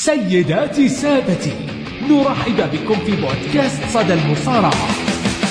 سيداتي سادتي، نرحب بكم في بودكاست صدى المصارعة.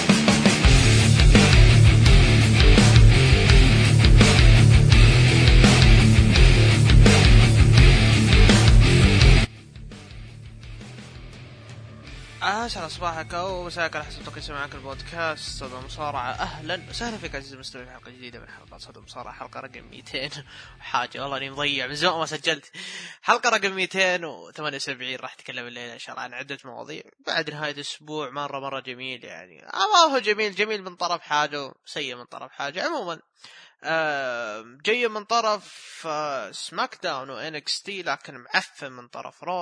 أسعد صباحك أو مساك على حسب تقييم معك البودكاست صدى المصارعة. أهلا وسهلا فيك عزيزي المستمع في حلقة جديدة من حلقات صدى المصارعة، حلقة رقم 200 وحاجة. والله إني مضيع من زمان ما سجلت. حلقة رقم 278 راح أتكلم الليلة إن شاء الله عن عدة مواضيع بعد نهاية الأسبوع مرة جميل. يعني ما هو جميل من طرف حاجة وسيء من طرف حاجة. عموما جيد من طرف سماك داون وإنكستي، لكن معفن من طرف رو.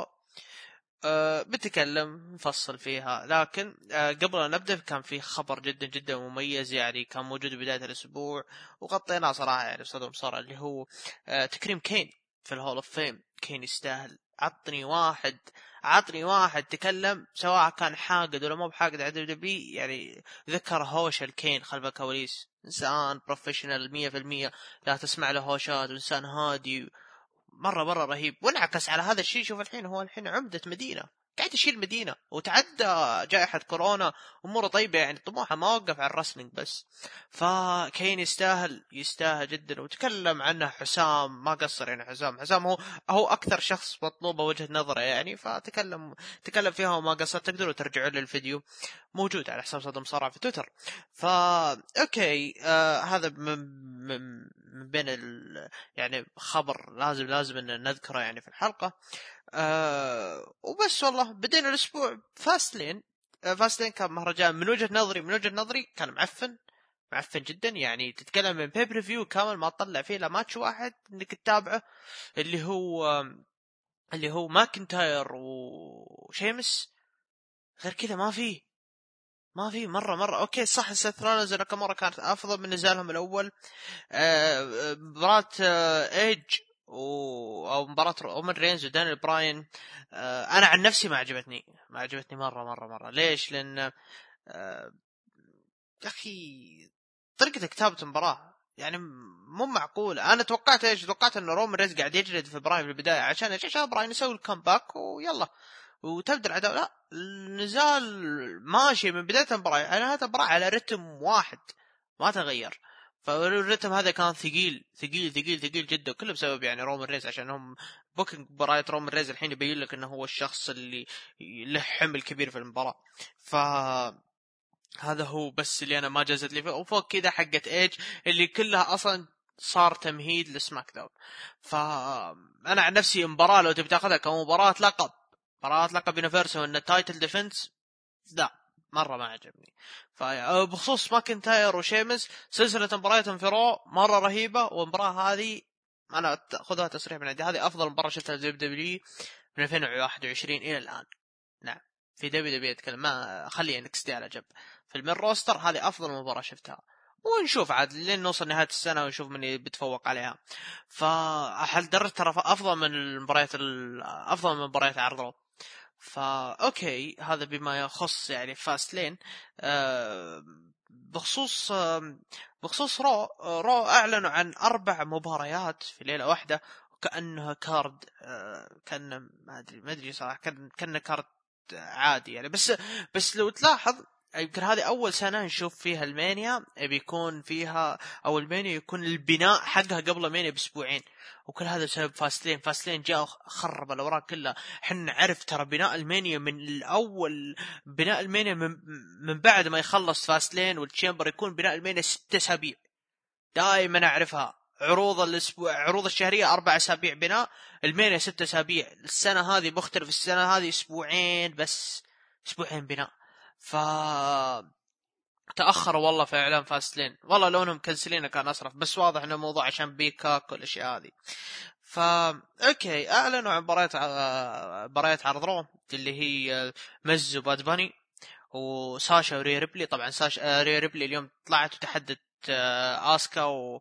بتكلم نفصل فيها، لكن قبل أن نبدأ كان في خبر جدا مميز، يعني كان موجود بداية الأسبوع وغطيناه صراحة يعني بصدم صار، اللي هو تكريم كين في الهول اوف فيم. كين يستاهل. عطني واحد تكلم سواء كان حاقد ولا مو بحاقد على دبليو، يعني ذكر هوش الكين خلف الكواليس. إنسان بروفيشنال 100%، لا تسمع له هوشات، وإنسان هادي مرة رهيب. وانعكس على هذا الشيء. شوف الحين هو الحين عمدة مدينة، قاعد يشيل مدينة، وتعدى جائحة كورونا، أموره طيبة، يعني طموحه ما وقف على الرسلينج بس. فكين يستاهل جدا. وتكلم عنه حسام، ما قصر يعني. حسام هو أكثر شخص مطلوبة وجهة نظره يعني. فتكلم فيها وما قصر. تقدروا ترجعوا للفيديو موجود على حساب صدى مصارعة في تويتر. اوكي هذا من بين يعني خبر لازم ان نذكره يعني في الحلقة. وبس. والله بدينا الاسبوع فاستلين كان مهرجان من وجهة نظري كان معفن جدا. يعني تتكلم من بيبر فيو كامل ما تطلع فيه لا ماتش واحد انك تتابعه، اللي هو ماكنتاير وشيمس. غير كذا ما في مرة. اوكي صح، سيث رولينز وناكامورا كانت افضل من نزالهم الاول. مباراة ايج او مباراة رومان رينز ودانيال براين، انا عن نفسي ما عجبتني مرة. ليش؟ لان يا اخي طريقة كتابة المباراة يعني مو معقول. انا توقعت انه رومان رينز قاعد يجلد في براين في البداية عشان براين يسوي الكامباك ويلا وتبدأ العداوة. لا، النزال ماشي من بداية المباراة. أنا هذا المباراة على رتم واحد ما تغير. فالرتم هذا كان ثقيل جدا، كله بسبب يعني رومان ريز، عشان هم بوكينج مباراة رومان ريز الحين يبين لك انه هو الشخص اللي له حمل كبير في المباراة. هذا هو بس اللي انا ما جازت لي. وفوق كذا حقت ايج اللي كلها اصلا صار تمهيد لسماك داون. فانا عن نفسي مباراة لو تبي تاخذها كمباراة لقب يونيفرسال وان تايتل ديفنس، لا مرة ما عجبني. بخصوص ماكنتاير وشيمس، سلسلة مبارياتهم في رو مرة رهيبة. والمباراة هذه انا اخذها تصريح من عندي، هذه افضل مباراة شفتها في دبليو من 2021 الى الان. نعم، في دبليو اتكلم، ما خلي انكس دي على جنب. في المين روستر هذه افضل مباراة شفتها. ونشوف عاد لين نوصل نهاية السنة ونشوف من بيتفوق عليها. فأحل درجة ترى افضل من مباريات عرض. اوكي هذا بما يخص يعني فاست لين. بخصوص رو اعلنوا عن 4 مباريات في ليلة واحدة، وكأنها كارد. كان ما ادري صراحة، كان كارد عادي يعني. بس لو تلاحظ يمكن هذه اول سنه نشوف فيها المانيا بيكون فيها، او المانيا يكون البناء حقها قبل مانيا باسبوعين. وكل هذا بسبب فاستلين جاء خرب الاوراق كلها. حنا نعرف ترى بناء المانيا من الاول، بناء المانيا من بعد ما يخلص فاستلين والتشامبر يكون بناء المانيا 6 أسابيع. دائما اعرفها. عروض الشهريه 4 أسابيع بناء، المانيا 6 أسابيع. السنه هذه مختلف، السنه هذه اسبوعين بس، اسبوعين بناء. تأخروا والله في إعلان فاستلين. والله لونهم كنسلينه كان أصرف، بس واضح إنه موضوع عشان بيكاك والأشياء هذه. أوكي أعلنوا عن مباريات عرض رو اللي هي مز وباد باني وساشا وري ريبلي. طبعا ساشا ري ريبلي اليوم طلعت وتحدت آسكا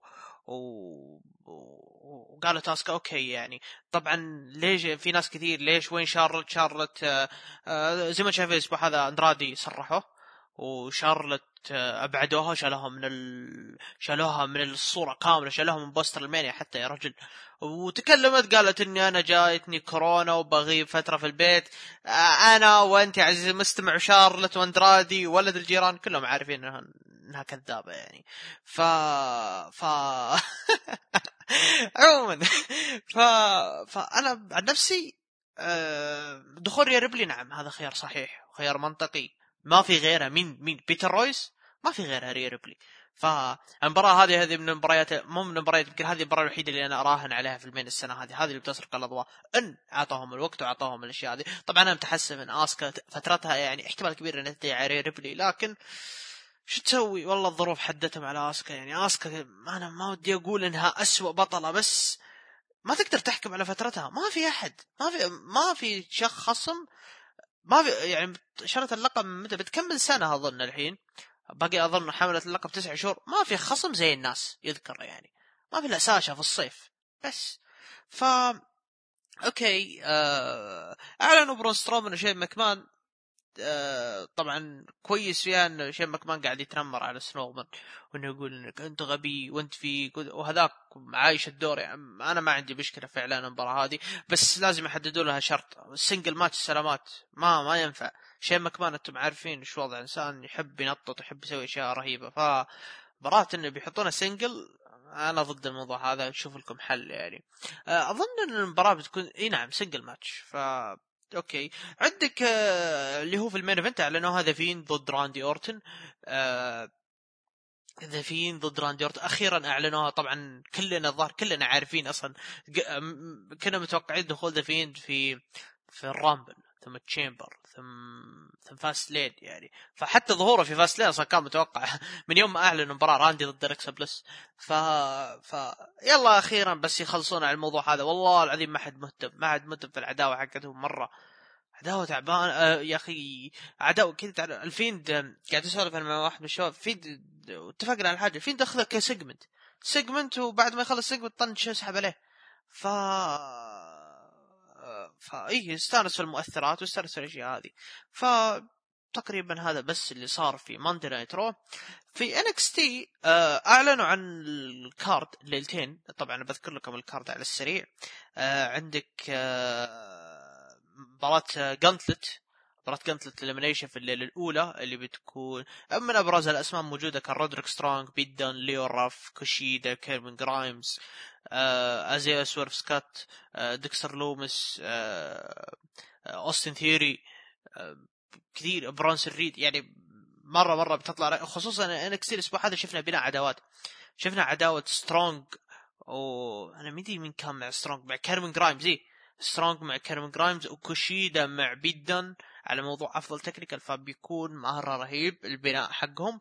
وقالت آسكا أوكي. يعني طبعا ليش في ناس كثير ليش وين شارلت زي ما شايف الأسبوع هذا أندرادي صرحوه وشارلت ابعدوها، شالوها من الصوره كامله، شالوها من بوستر المانيا حتى يا رجل. وتكلمت قالت اني انا جايتني كورونا وبغيب فتره في البيت. انا وانت يا عزيزي المستمع وشارلت واندرادي وولد الجيران كلهم عارفين انها كذابه يعني. ف عموما فانا عن نفسي دخول ريا ريبلي نعم هذا خيار صحيح وخيار منطقي، ما في غيره. مين بيتر رويس، ما في غيرها ريا ريبلي. فالمباراة هذه من المباريات، مو من المباريات، يمكن هذه المباراة الوحيدة اللي أنا أراهن عليها في المين السنة هذه اللي بتسرق الأضواء، إن أعطاهم الوقت وأعطاهم الأشياء هذه. طبعا أنا متحسف من آسكا فترتها يعني احتمال كبير أن تدعي على ريا ريبلي، لكن شو تسوي والله الظروف حدتهم على آسكا. يعني آسكا أنا ما ودي أقول إنها أسوأ بطلة، بس ما تقدر تحكم على فترتها. ما في أحد، ما في شخص خصم، ما في يعني. شرط اللقب متى بتكمل سنة أظن الحين، باقي أظن حملة اللقب 9 شهور. ما في خصم زي الناس يذكر يعني، ما في إلا ساشا في الصيف بس. أوكي أعلنوا برون سترومان وشين ماكمان. طبعا كويس فيها ان شيء ماكمان قاعد يتنمر على سنومان وانه يقول انك انت غبي وانت في وهذاك عايش الدور. يعني انا ما عندي مشكله في اعلان المباراه هذه، بس لازم يحددوا لها شرط. السنجل ماتش سلامات ما ينفع. شيء ماكمان انتم عارفين شو وضع انسان يحب ينطط ويحب يسوي اشياء رهيبه، فمباراه انه بيحطونها سنجل انا ضد الموضوع هذا. نشوف لكم حل يعني. اظن ان المباراه بتكون نعم سنجل ماتش. اوكي عندك اللي هو في المين ايفنت اعلنوا هذا فين ضد راندي اورتن. ذا فين ضد راندي اورتن اخيرا اعلنوها. طبعا كلنا الظاهر كلنا عارفين اصلا، كنا متوقعين دخول ذا فين في الرامبل ثم تشامبر ثم فاست لين يعني. فحتى ظهوره في فاست لين اصلا كان متوقع من يوم ما اعلنوا مباراه راندي ضد ريكس بلس. يلا اخيرا بس يخلصون على الموضوع هذا. والله العظيم ما حد مهتم في العداوه حقتهم مره. عداوة تعبان يا أخي. عداوة كذا. الفيند قاعد يسولف مع واحد من الشباب، فيند اتفقنا على حاجة، فيند أخذه كسيجمنت وبعد ما يخلص سيجمنت طنش يسحب عليه. إيه استانس في المؤثرات واستانس في الأشياء هذه. تقريبا هذا بس اللي صار في ماندي نايت رو. في NXT اعلنوا عن الكارد ليلتين. طبعا بذكر لكم الكارد على السريع. عندك مباراة جانتلت الإليمينيشن في الليلة الأولى اللي بتكون من أبرز الأسماء موجودة كان رودريك سترونج، بيدن، ليو راف، كوشيدا، كيرفين جرايمز، أزيا سويرف سكات، ديكستر لومس، أوستن ثيوري، كثير، برونسون ريد. يعني مرة بتطلع، خصوصا NXT الأسبوع هذا شفنا بناء عداوات. شفنا عداوة سترونج أنا مدري مين كان مع سترونج، مع كيرفين جرايمز. سترونج مع كيرفين جرايمز وكوشيدا مع بيدن على موضوع أفضل تكنيكال. فبيكون مرة رهيب البناء حقهم.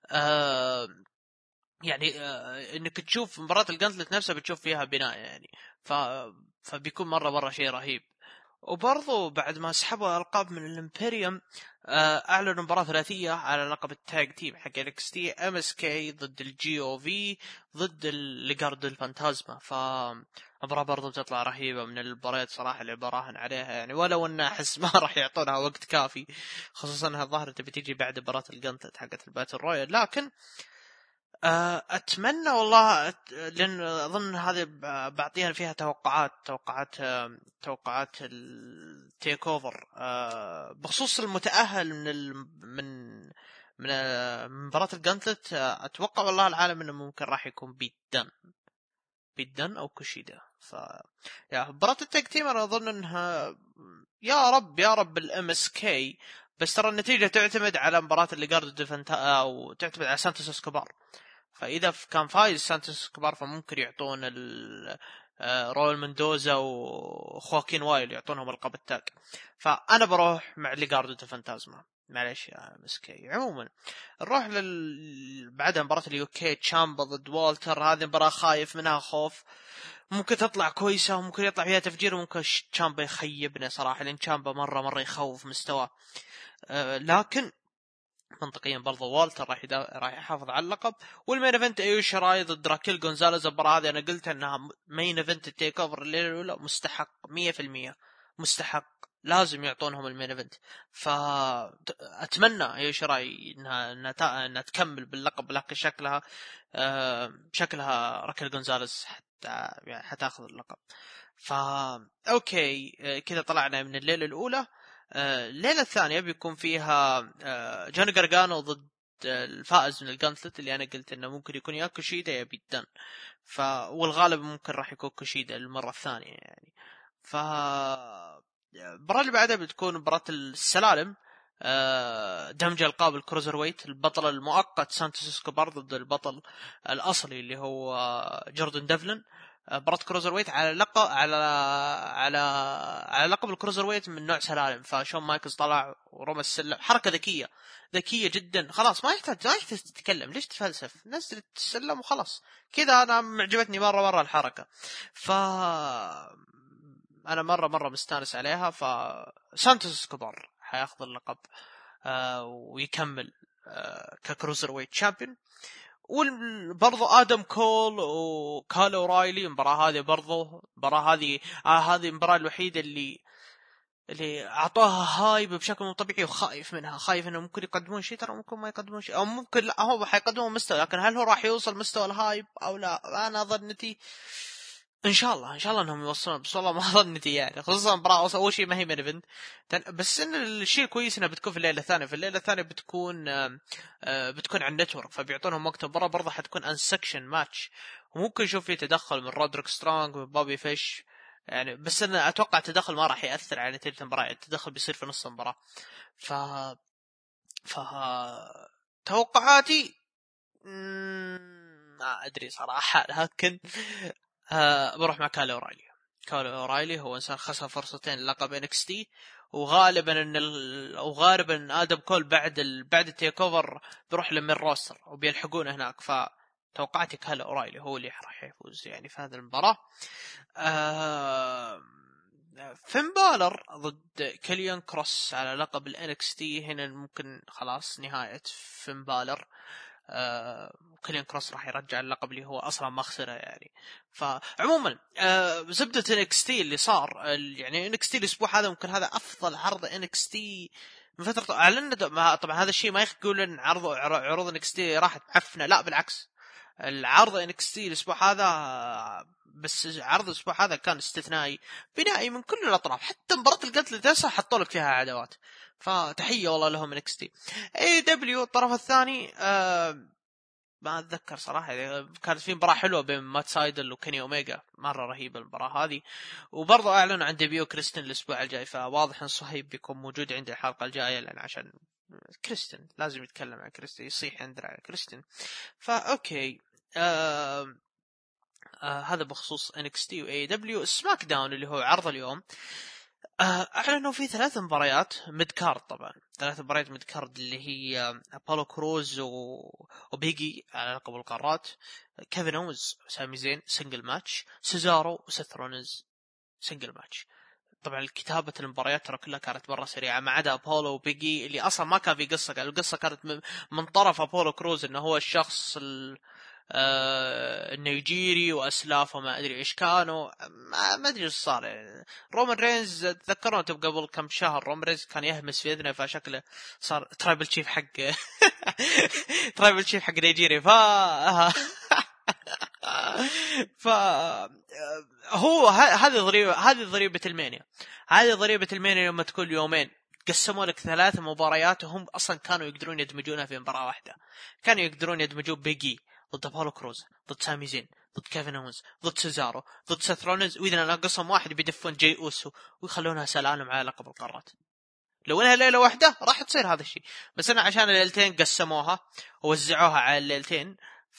يعني انك تشوف مباراة الجانتلت نفسها بتشوف فيها بناء يعني. فبيكون مرة شيء رهيب. وبرضو بعد ما سحبوا الألقاب من الإمبريوم أعلنوا مباراة ثلاثية على لقب التاج تيم حق NXT، MSK ضد الGOV ضد الليجارد الفانتازما. فمباراة برضو بتطلع رهيبة من المباريات صراحة اللي براهن عليها يعني، ولو أن أحس ما راح يعطونها وقت كافي، خصوصا أنها ظاهرة بتيجي بعد مباراة الجانتلت حقت الباتل رويال. لكن اتمنى والله لان اظن هذه بعطيها فيها توقعات التيك اوفر بخصوص المتاهل من مباراة الجانتلت. اتوقع والله العالم انه ممكن راح يكون بيدن او كوشيدا. يا مباراة التاج تيم انا اظن انها يا رب الMSK، بس ترى النتيجة تعتمد على مباراة اللي جارد او تعتمد على سانتوس اسكوبار. فإذا كان فايز سانتوس اسكوبار فممكن يعطون رويل مندوزا وخواكين وايل يعطونهم القب التاج. فأنا بروح مع ليجاردو الفانتازما. معليش يا مسكي. عموما نروح بعدها مباراة اليوكي تشامبا ضد والتر. هذه مباراة خايف منها خوف، ممكن تطلع كويسة وممكن يطلع فيها تفجير وممكن تشامبا يخيبنا صراحة، لأن تشامبا مرة يخوف مستواه. لكن منطقيا برضو والتر راح يحافظ على اللقب. والمين ايفنت ايو شراي ضد راكيل غونزاليز. المباراة هذه انا قلت انها مين ايفنت التيك اوفر الليلة الاولى، مستحق 100% مستحق لازم يعطونهم المين ايفنت. فأتمنى يا شراي انها تكمل باللقب، لكن شكلها راكل غونزاليز حتاخذ اللقب. اوكي، كذا طلعنا من الليلة الأولى. الليلة الثانية بيكون فيها جوني غارغانو ضد الفائز من الجانتلت، اللي أنا قلت إنه ممكن يكون يا كوشيدا يا بيدن. والغالب ممكن راح يكون كوشيدا المرة الثانية يعني. المباراة اللي بعدها بتكون مباراة السلالم، دمج ألقاب الكروزر ويت. البطل المؤقت سانتوس اسكوبار ضد البطل الأصلي اللي هو جوردن ديفلن. مباراة كروزر ويت على لقب الكروزر ويت من نوع سلالم. فشون مايكلز طلع ورمى السلم، حركة ذكية جدا. خلاص ما يحتاج تتكلم، ليش تفلسف؟ نزل السلم وخلاص كذا. أنا معجبتني مرة الحركة. أنا مرة مستانس عليها. سانتوس اسكوبار حياخذ اللقب ويكمل ككروزر ويت شامبيون. وبرضو آدم كول وكال أورايلي. المباراة هذه هذه المباراة الوحيدة اللي أعطوها هايب بشكل مو طبيعي، وخايف منها، خايف إنه ممكن يقدمون شيء، ترى ممكن ما يقدمون شيء، أو ممكن لا هو حيقدمون مستوى، لكن هل هو راح يوصل مستوى الهايب أو لا؟ أنا ظنتي ان شاء الله انهم يوصلون، بس والله ما ظنتي يعني، خصوصا مباراة اول شيء ما هي من ايفنت. بس ان الشيء الكويس انها بتكون في الليله الثانيه بتكون على النتورك، فبيعطونهم وقت. المباراة برضه حتكون انسكشن ماتش، وممكن نشوف فيه تدخل من رودريك سترونج وبوبي فيش يعني. بس انا اتوقع تدخل ما راح ياثر على نتيجه المباراه، التدخل بيصير في نص المباراه. ف توقعاتي ما ادري صراحه، لكن بروح مع كالي أورايلي. هو إنسان خسر فرصتين لقب NXT، وغالبا ان آدم كول بعد التيك اوفر بيروح لمن روستر وبيلحقونه هناك. فتوقعتي كالي أورايلي هو اللي راح يفوز يعني في هذه المباراة. فين بالر ضد كيليان كروس على لقب NXT. هنا ممكن خلاص نهاية فين بالر. كيليان كروس راح يرجع اللقب اللي هو اصلا ما خسره يعني. فعموما زبده NXT اللي صار يعني NXT الاسبوع هذا ممكن هذا افضل عرض NXT من فتره. اعلن طبعا هذا الشيء ما يقول ان عروض NXT راحت معفنه، لا بالعكس. العرض NXT الاسبوع هذا، بس عرض الاسبوع هذا كان استثنائي بنائي من كل الاطراف، حتى مباراه القتل تنسى حطوا لك فيها عداوات. فتحيه والله لهم NXT. AEW الطرف الثاني ما اتذكر صراحه، كانت في مباراه حلوه بين مات سايدل وكيني اوميجا، مره رهيبه المباراه هذه. وبرضه اعلنوا عن ديبيو كريستن الاسبوع الجاي، فواضح ان صهيب بيكون موجود عند الحلقه الجايه، لان عشان كريستن لازم يتكلم عن كريستن، يصيح عندنا على كريستن. فاوكي هذا بخصوص NXT و AEW. سماك داون اللي هو عرض اليوم، اعلنوا في 3 مباريات ميد كارد. طبعا 3 مباريات ميد كارد اللي هي أبولو كروز وبيجي على لقب القارات، كيفن أوز سامي زين سنجل ماتش، سيزارو وسيث رولينز سنجل ماتش. طبعا كتابة المباريات ترى كلها كانت مرة سريعة، ما عدا أبولو وبيجي اللي أصلا ما كان في قصة. القصة كانت من طرف أبولو كروز إنه هو الشخص النيجيري وأسلافه ما أدري إيش كانوا، ما أدري إيش صار يعني. رومان رينز تذكرون قبل كم شهر رومان رينز كان يهمس في أذنه، فشكله صار ترايبل تشيف حق ترايبل تشيف حق نيجيري. هو هذه ضريبة المانيا. هذه ضريبة المانيا لما تكون يومين قسموا لك 3 مباريات، وهم أصلا كانوا يقدرون يدمجونها في مباراة واحدة. كانوا يقدرون يدمجون بيجي ضد أبولو كروز، ضد سامي زين، ضد كيفن أوينز، ضد سيزارو، ضد سيث رولينز، وإذا ناقصهم واحد بيدفون جاي أوسو ويخلونها سلالم على لقب القارات. لو انها ليلة واحدة راح تصير هذا الشيء، بس أنا عشان الليلتين قسموها ووزعوها على الليلتين.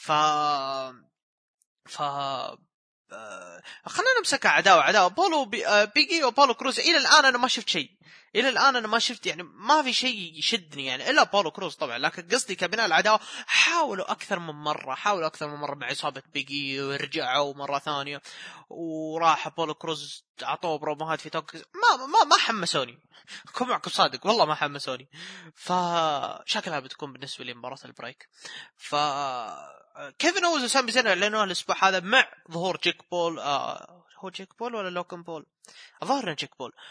خلينا نمسك عداوة بولو بيجي وبولو كروز. إلى الآن أنا ما شفت شيء، يعني ما في شيء يشدني يعني إلا بولو كروز طبعا. لكن قصدي كبناء العداوة حاولوا أكثر من مرة مع إصابة بيجي، ورجعوا مرة ثانية، وراح بولو كروز عطوه بروموهات في توك. ما حمسوني كم معكم صادق، والله ما حمسوني. فشكلها بتكون بالنسبة لي مباراة البريك. كيفن أوز وسامي زين اعلنوها الاسبوع هذا مع ظهور جيك بول هو جيك بول ولا لوكن بول؟ الظاهر انه جيك بول.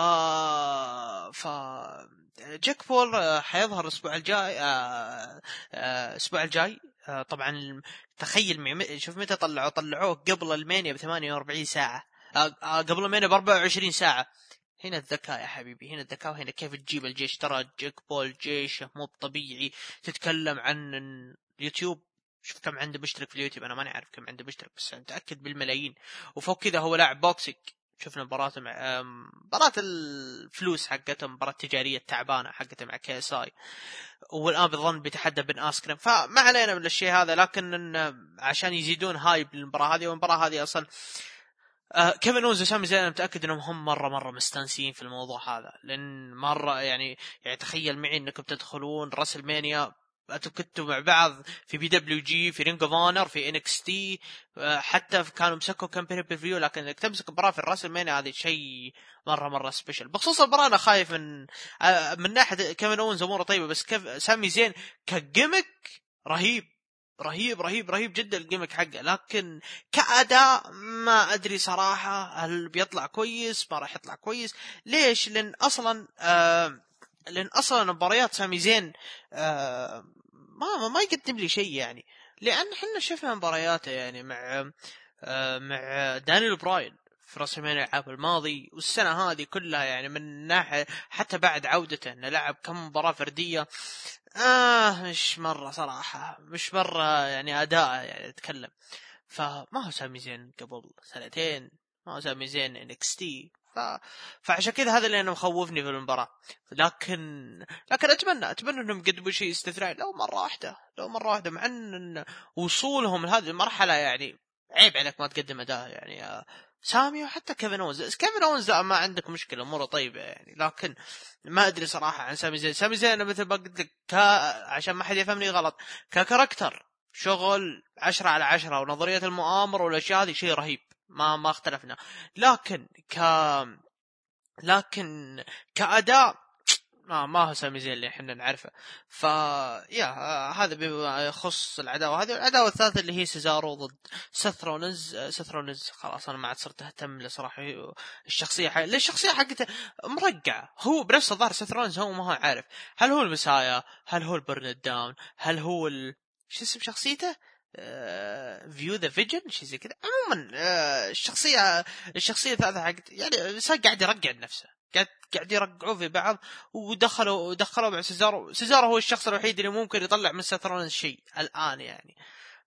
ف جيك بول حيظهر الاسبوع الجاي. الاسبوع الجاي. طبعا تخيل شوف متى طلعوه قبل المانيا ب 48 ساعه. قبل المانيا ب 24 ساعه. هنا الذكاء يا حبيبي، هنا الذكاء، وهنا كيف تجيب الجيش. ترى جيك بول جيشه مو طبيعي. تتكلم عن اليوتيوب، شوف كم عنده مشترك في اليوتيوب، انا ماني عارف كم عنده مشترك بس متاكد بالملايين. وفوق كذا هو لاعب بوكسينج. شفنا مباراة الفلوس حقته، مباراة تجارية تعبانة حقته مع كي اس اي، والان بظن بيتحدى بن اسكرين. فما علينا من الشيء هذا، لكن عشان يزيدون هايب للمباراة هذه. والمباراة هذه اصلا كيفن اونز وسامي زين، انا متاكد انهم هم مره مستانسين في الموضوع هذا، لان مره يعني تخيل معي انكم تدخلون راس المانيا، انتم كنتوا مع بعض في بي دبليو جي، في رينج اوف اونر، في انكس تي، حتى كانوا مسكوا كامبير بريفيو، لكن انك تمسك مباراه في الراس المانيا هذه شيء مره سبيشل. بخصوص المباراه انا خايف من ناحيه كيفن اونز اموره طيبه، بس كيف سامي زين كجيمك رهيب جدا الجيمك حقه، لكن كأداء ما أدري صراحة هل بيطلع كويس، ما راح يطلع كويس. ليش؟ لأن أصلا مباريات سامي زين ما يقدم لي شيء يعني. لأن حنا شفنا مبارياته يعني مع دانيال براين في راس المانيا العام الماضي، والسنة هذه كلها يعني من ناحية حتى بعد عودته انه لعب كم مباراة فردية. مش مرة صراحة، مش مرة يعني أداء يعني أتكلم. فما هو سامي زين قبل سنتين، ما هو سامي زين انكستي. فعشان كذا هذا اللي أنا مخوفني في المباراة. لكن أتمنى أنهم يقدموا شيء استثنائي لو مرة واحدة، مع أن وصولهم لهذه المرحلة يعني عيب عليك ما تقدم أداء يعني. سامي وحتى كيفن اونز ما عندك مشكله، اموره طيبه يعني. لكن ما ادري صراحه عن سامي زين مثل ما قلت لك عشان ما حد يفهمني غلط، ككاركتر شغل 10/10، ونظريه المؤامره والاشياء هذه شيء رهيب، ما اختلفنا. لكن كأداء ما هو سامي زين اللي احنا نعرفه. هذا بما يخص العداوه هذه. العداوه الثالثه اللي هي سيزارو ضد سيث رولينز. خلاص انا ما عاد صرت اهتم له صراحه. الشخصيه حقته مرقعه، هو بنفس الظاهر سيث رولينز هو ما هو عارف هل هو المسايا، هل هو البرن داون، هل هو شو اسم شخصيته، فيو ذا فيجن، شيء زي كذا. عموما الشخصيه هذا حقت يعني قاعد يرقع نفسه، قاعد يرقعوا في بعض. ودخلوا مع سيزارو هو الشخص الوحيد اللي ممكن يطلع من سيث رولينز شيء الان يعني.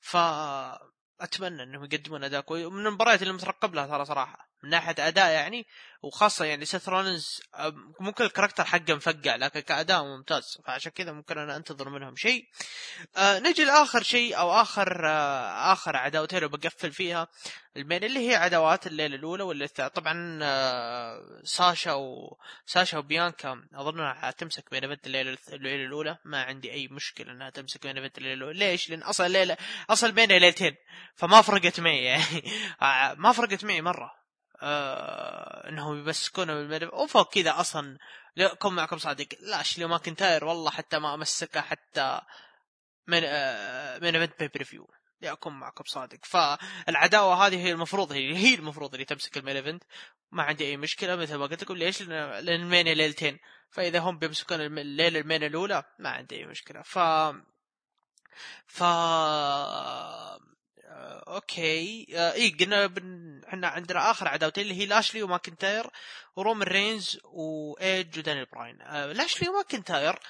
اتمنى انهم يقدمون اداء كويس من المباريات اللي مترقب لها ترى صراحه من ناحيه اداء يعني. وخاصه يعني سيث رولينز ممكن الكاركتر حقه مفقع، لكن كاداء ممتاز، فعشان كذا ممكن انا انتظر منهم شيء. نجي لاخر شيء او اخر عداوتين وبقفل فيها المين، اللي هي عداوات الليله الاولى والثانيه. طبعا ساشا وبيانكا اظنها تمسك بين ايفنت الليله الاولى، ما عندي اي مشكله انها تمسك بين ايفنت الليله الاولى. ليش؟ لان اصل بين ليلتين، فما فرقت معي يعني ما فرقت معي مره انهم يمسكونه بالمدرب. وفوق كذا اصلا كن معكم صادق، لاشلي ماكنتاير والله حتى ما امسكه حتى من ايفنت بي بريفيو، لأكون معكم صادق. فالعداوه هذه هي المفروض اللي تمسك المين ايفنت. ما عندي اي مشكله مثل ما قلت لكم. ليش؟ لان المين ليلتين، فاذا هم بيمسكون الليله المين الاولى ما عندي اي مشكله. اوكي. قلنا احنا عندنا اخر عداوتين اللي هي لاشلي وماكنتاير ورومان رينز وايج ودانيال براين. لاشلي وماكنتاير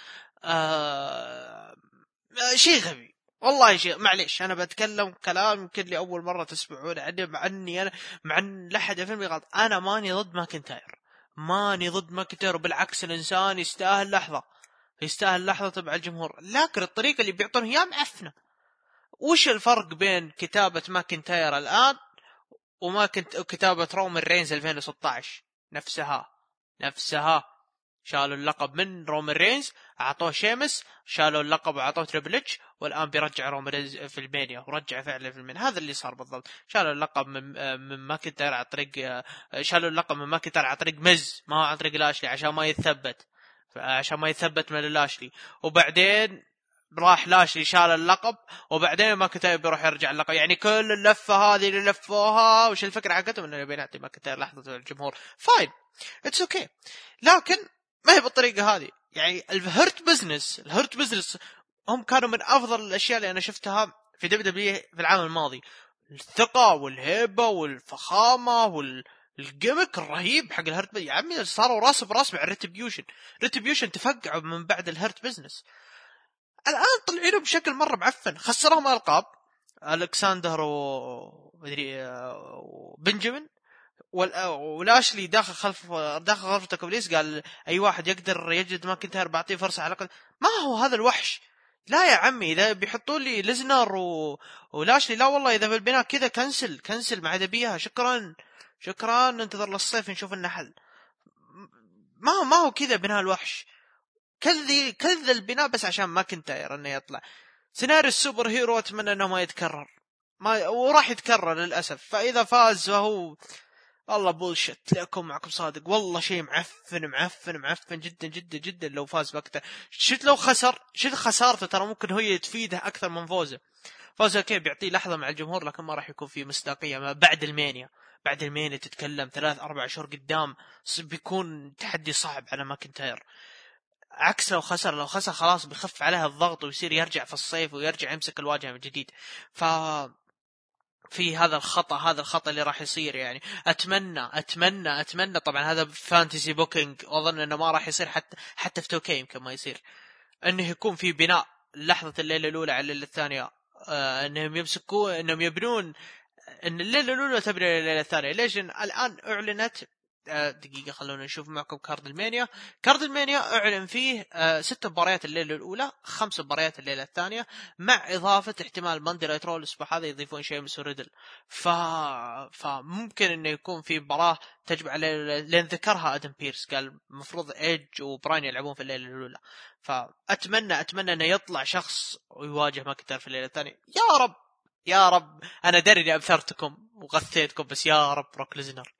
شيء غبي والله، شيء معليش انا بتكلم كلام يمكن لي اول مره تسمعون عني، مع ان لا احد يفهمني غلط. انا ماني ضد ماكنتاير، وبالعكس الانسان يستاهل لحظه تبع الجمهور، لكن الطريقه اللي بيعطونه اياه معفنه. وش الفرق بين كتابه ماكنتاير الان وكتابه رومان رينز 2016؟ نفسها. شالوا اللقب من رومان رينز، اعطوه شيمس، شالوا اللقب وعطوه تريبل اتش، والان بيرجع رومان رينز في المانيا، ورجع فعلا في المانيا. هذا اللي صار بالضبط. شالوا اللقب من ماكنتاير على طريق مز، ما هو عن طريق لاشلي، عشان ما يتثبت من لاشلي. وبعدين راح لاشلي شال اللقب وبعدين ماكنتاير بيروح يرجع اللقب. يعني كل اللفه هذه اللي لفوها وش الفكره حقتهم انه بينعطي ماكنتاير لحظه الجمهور. فاين اتس اوكي لكن ما هي بالطريقه هذه. يعني الهرت بزنس هم كانوا من افضل الاشياء اللي انا شفتها في دبليو في العام الماضي. الثقه والهيبه والفخامه الجيمك الرهيب حق الهرت يا عمي صاروا راس براس مع ريتريبيوشن تفقعوا من بعد الهرت بزنس. الان طلعوا بشكل مره معفن، خسرهم القاب الكساندر وبنجامين ولاشلي داخل غرفة الكواليس قال اي واحد يقدر يجد ماكنتاير بعطيه فرصه على الاقل. ما هو هذا الوحش. لا يا عمي اذا بيحطوا لي ليزنر ولاشلي لا والله اذا بالبناء كذا كنسل ما عاد بيها. شكرا ننتظر للصيف نشوف النحل. ما هو كذا بناء الوحش. كذا البناء بس عشان ماكنتاير انه يطلع. سيناريو السوبر هيرو اتمنى انه ما يتكرر وراح يتكرر للاسف. فاذا فاز فهو والله بولشت لكم معكم صادق والله شيء معفن جدا جدا جدا. لو فاز بكتر شفت لو خسر خسارته ترى ممكن هي تفيده اكثر من فوزه اوكي بيعطيه لحظه مع الجمهور لكن ما راح يكون في مصداقيه. ما بعد المانيا تتكلم 3-4 شهور قدام بيكون تحدي صعب على ماكنتاير. عكس لو خسر خلاص بيخف عليها الضغط ويصير يرجع في الصيف ويرجع يمسك الواجهه من جديد. في هذا الخطأ اللي راح يصير. يعني أتمنى طبعا هذا فانتسي بوكينج وأظن أنه ما راح يصير حتى في توكي يمكن ما يصير أنه يكون في بناء لحظة الليلة الأولى على الليلة الثانية. أنهم يبنون أن الليلة الأولى تبني الليلة الثانية. ليش الآن أعلنت دقيقة خلونا نشوف معكم كارد المانيا أعلن فيه 6 مباريات الليلة الأولى 5 مباريات الليلة الثانية مع إضافة احتمال ماندي نايت رو الأسبوع هذا يضيفون شيء وريدل. فممكن إنه يكون في مباراة تجمع لين ذكرها آدم بيرس قال مفروض إيج وبراين يلعبون في الليلة الأولى. فأتمنى إنه يطلع شخص ويواجه ماكنتاير في الليلة الثانية. يا رب أنا داري إني أبثرتكم وغثيتكم بس يا رب بروك ليزنر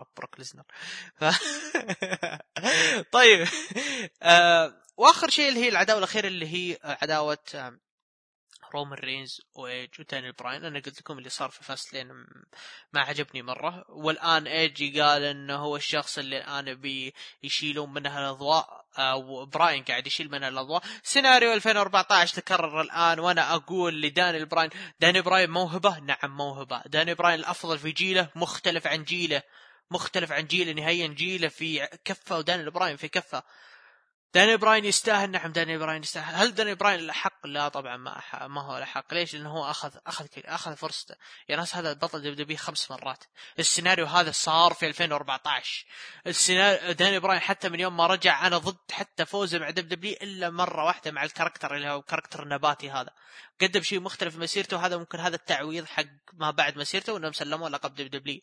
طيب وآخر شيء اللي هي العداوة الأخيرة اللي هي عداوة رومان رينز وإيج ودانيال براين. أنا قلت لكم اللي صار في فاست لين ما عجبني مرة. والآن إيج قال إنه هو الشخص اللي الآن بيشيلون منها الأضواء وبراين قاعد يشيل منها الأضواء. سيناريو 2014 تكرر الآن وأنا أقول لدانيال براين موهبة. نعم موهبة. دانيال براين الأفضل في جيله مختلف عن جيله نهائيا. جيله في كفة ودانيال براين في كفة. داني براين يستاهل. نعم داني براين يستاهل. هل داني براين الحق؟ لا طبعا ما هو الحق. ليش؟ لأنه هو أخذ فرصته. يا ناس هذا البطل دبليو 5 مرات. السيناريو هذا صار في 2014. السيناريو داني براين حتى من يوم ما رجع أنا ضد حتى فوزه مع دبليو إلا مرة واحدة مع الكاركتر اللي هو كاركتر النباتي هذا. قدم شيء مختلف في مسيرته. هذا ممكن هذا التعويض حق ما بعد مسيرته وإنهم سلموا لقب دبليو.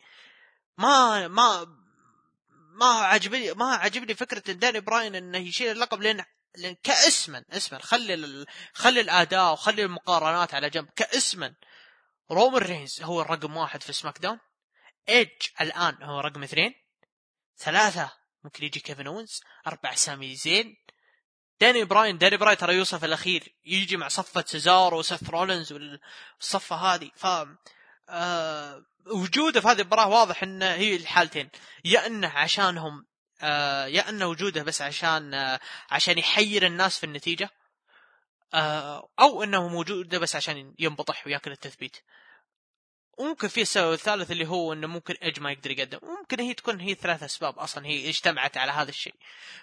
ما عجبني فكرة إن داني براين إنه يشيل اللقب لأن كاسما خلي الأداء وخلي المقارنات على جنب. كاسما رومان رينز هو الرقم 1 في سماك داون. إيج الآن هو رقم 2. 3 ممكن يجي كيفن أوينز. 4 سامي زين. داني براين ترى يوصل في الأخير يجي مع صفة سيزارو وسيث رولينز والصفة هذه. وجوده في هذه المباراة واضح انه هي الحالتين. يا انه عشانهم يا انه وجوده بس عشان يحير الناس في النتيجة او انه موجود بس عشان ينبطح وياكل التثبيت. وممكن في السبب الثالث اللي هو انه ممكن إيج ما يقدر يقدم. ممكن هي تكون هي 3 أسباب اصلا هي اجتمعت على هذا الشيء.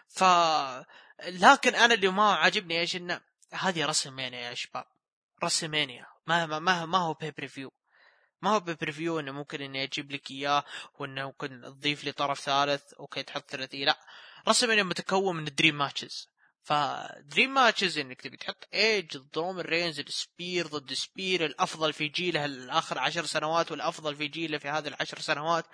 لكن انا اللي ما عاجبني ايش انه هذه رسلمانيا يا شباب. رسلمانيا ما هو ببريفيو انه ممكن اني اجيب لك اياه وانه ممكن تضيف لي طرف ثالث اوكي تحط ثلاثي. لا رسميا متكون من دريم ماتشز. فدريم ماتشز انك تبي تحط إيج ضد رومان رينز السبير ضد سبير الافضل في جيله الاخر 10 سنوات والافضل في جيله في هذه 10 سنوات.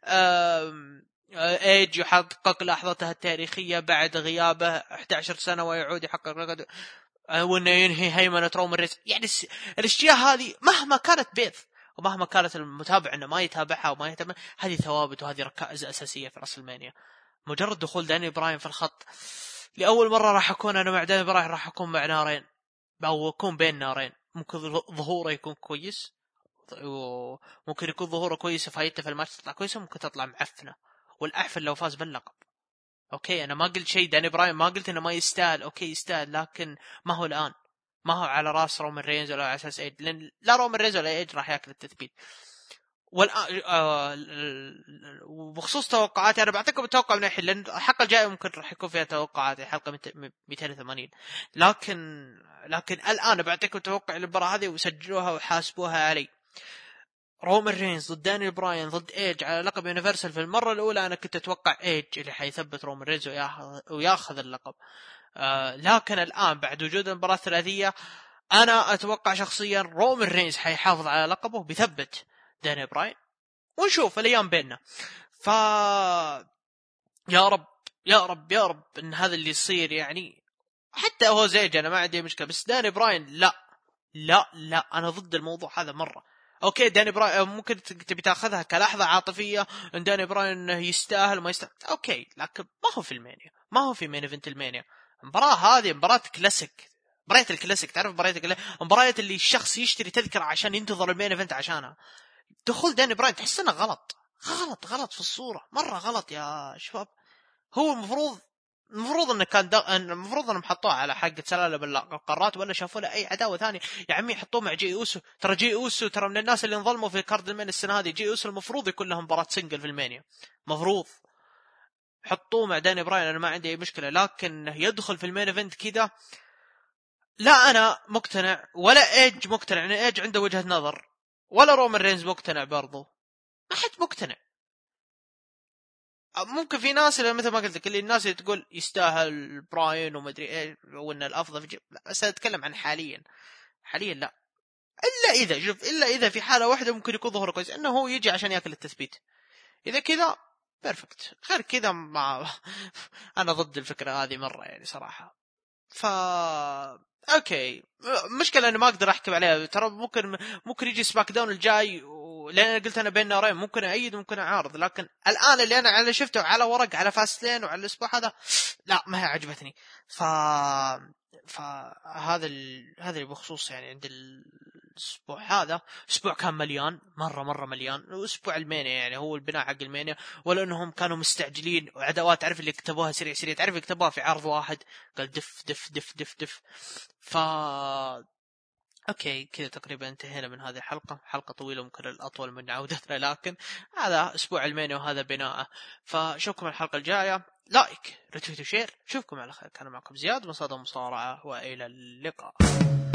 إيج يحقق لحظته التاريخية بعد غيابه 11 سنة ويعود يحقق وانه ينهي هيمنة رومان رينز. يعني الاشياء هذه مهما كانت بيض ومهما كانت المتابع انه ما يتابعها وما يهتم هذه ثوابت وهذه ركائز اساسيه في رسلمانيا. مجرد دخول داني براين في الخط لاول مره راح اكون انا مع داني براين راح اكون مع نارين. او يكون بين نارين. ممكن ظهوره يكون كويس، وممكن يكون ظهوره كويس فايته في الماتش تطلع كويسه، ممكن تطلع معفنه. والاعفن لو فاز باللقب. اوكي انا ما قلت شيء، داني براين ما قلت انه ما يستاهل، اوكي يستاهل، لكن ما هو الان، ما هو على راس رومان رينز ولا على اساس ايج، لان لا رومان رينز ولا ايج راح ياكل التثبيت. والان وبخصوص توقعاتي انا بعطيكم التوقع من الحين، لان الحلقه الجايه ممكن راح يكون فيها توقعات، حلقه 280. لكن الان بعطيكم توقع المباراه هذه وسجلوها وحاسبوها علي. رومان رينز ضد داني براين ضد ايج على لقب يونيفرسال. في المره الاولى انا كنت اتوقع ايج اللي حيثبت رومان رينز وياخذ اللقب. لكن الان بعد وجود المباراه الثلاثيه انا اتوقع شخصيا رومان رينز حيحافظ على لقبه، بيثبت داني براين، ونشوف الايام بيننا. ف يا رب يا رب يا رب ان هذا اللي يصير. يعني حتى هو زيج انا ما عندي مشكله، بس داني براين لا انا ضد الموضوع هذا مره. اوكي داني براين ممكن تبي تاخذها كلحظه عاطفيه ان داني براين يستاهل ما يستاهل، اوكي، لكن ما هو في المانيا، ما هو في مين ايفنت المانيا. المباراه هذه مباراه كلاسيك، مباراه الكلاسيك، تعرف مباراه اللي الشخص يشتري تذكره عشان ينتظر المين ايفنت عشانها. دخول داني براين تحس انه غلط في الصوره، مره غلط يا شباب. هو المفروض انه كان المفروض انهم حطوه على حق سلالم القارات، ولا شافوا له اي عداوه ثانيه. يا عمي حطوه مع جي اوسو، ترى جي اوسو ترى من الناس اللي انظلموا في كارد المين السنه هذه. جي اوسو المفروض يكون لهم مباراه سنجل في المانيا، مفروض حطوه مع داني براين، انا ما عندي اي مشكله. لكن يدخل في المين ايفنت كذا لا انا مقتنع، ولا ايج مقتنع، يعني ايج عنده وجهه نظر، ولا رومان رينز مقتنع برضو، ما حد مقتنع. ممكن في ناس اللي مثل ما قلت لك، اللي الناس اللي تقول يستاهل براين وما ادري ايه وان الافضل في لا، بس اتكلم عن حاليا لا. الا اذا في حاله واحده ممكن يكون ظهوره كويس، انه هو يجي عشان ياكل التثبيت. اذا كذا بيرفكت، غير كذا ما انا ضد الفكره هذه مره يعني صراحه. ف اوكي مشكله اني ما اقدر احكم عليها، ترى ممكن يجي سماك داون الجاي لان انا قلت انا بين نارين، ممكن اعيد ممكن اعارض. لكن الان اللي انا على شفته على ورق على فاستلين وعلى الاسبوع هذا لا ما هي عجبتني. فهذا هذا بخصوص يعني عند الاسبوع هذا. اسبوع كان مليان مره مليان، واسبوع المانيا يعني هو البناء حق المانيا، ولا انهم كانوا مستعجلين وعداوات تعرف اللي كتبوها سريع تعرف يكتبوها في عرض واحد، قال دف دف دف دف دف. اوكي كذا تقريبا انتهينا من هذه الحلقة، حلقة طويلة ممكن الأطول من عودتنا، لكن هذا أسبوع المانيا وهذا بناءه. فشوفكم الحلقة الجاية، لايك ريتويت وشير. شوفكم على خير، كان معكم زياد من صدى المصارعة، وإلى اللقاء.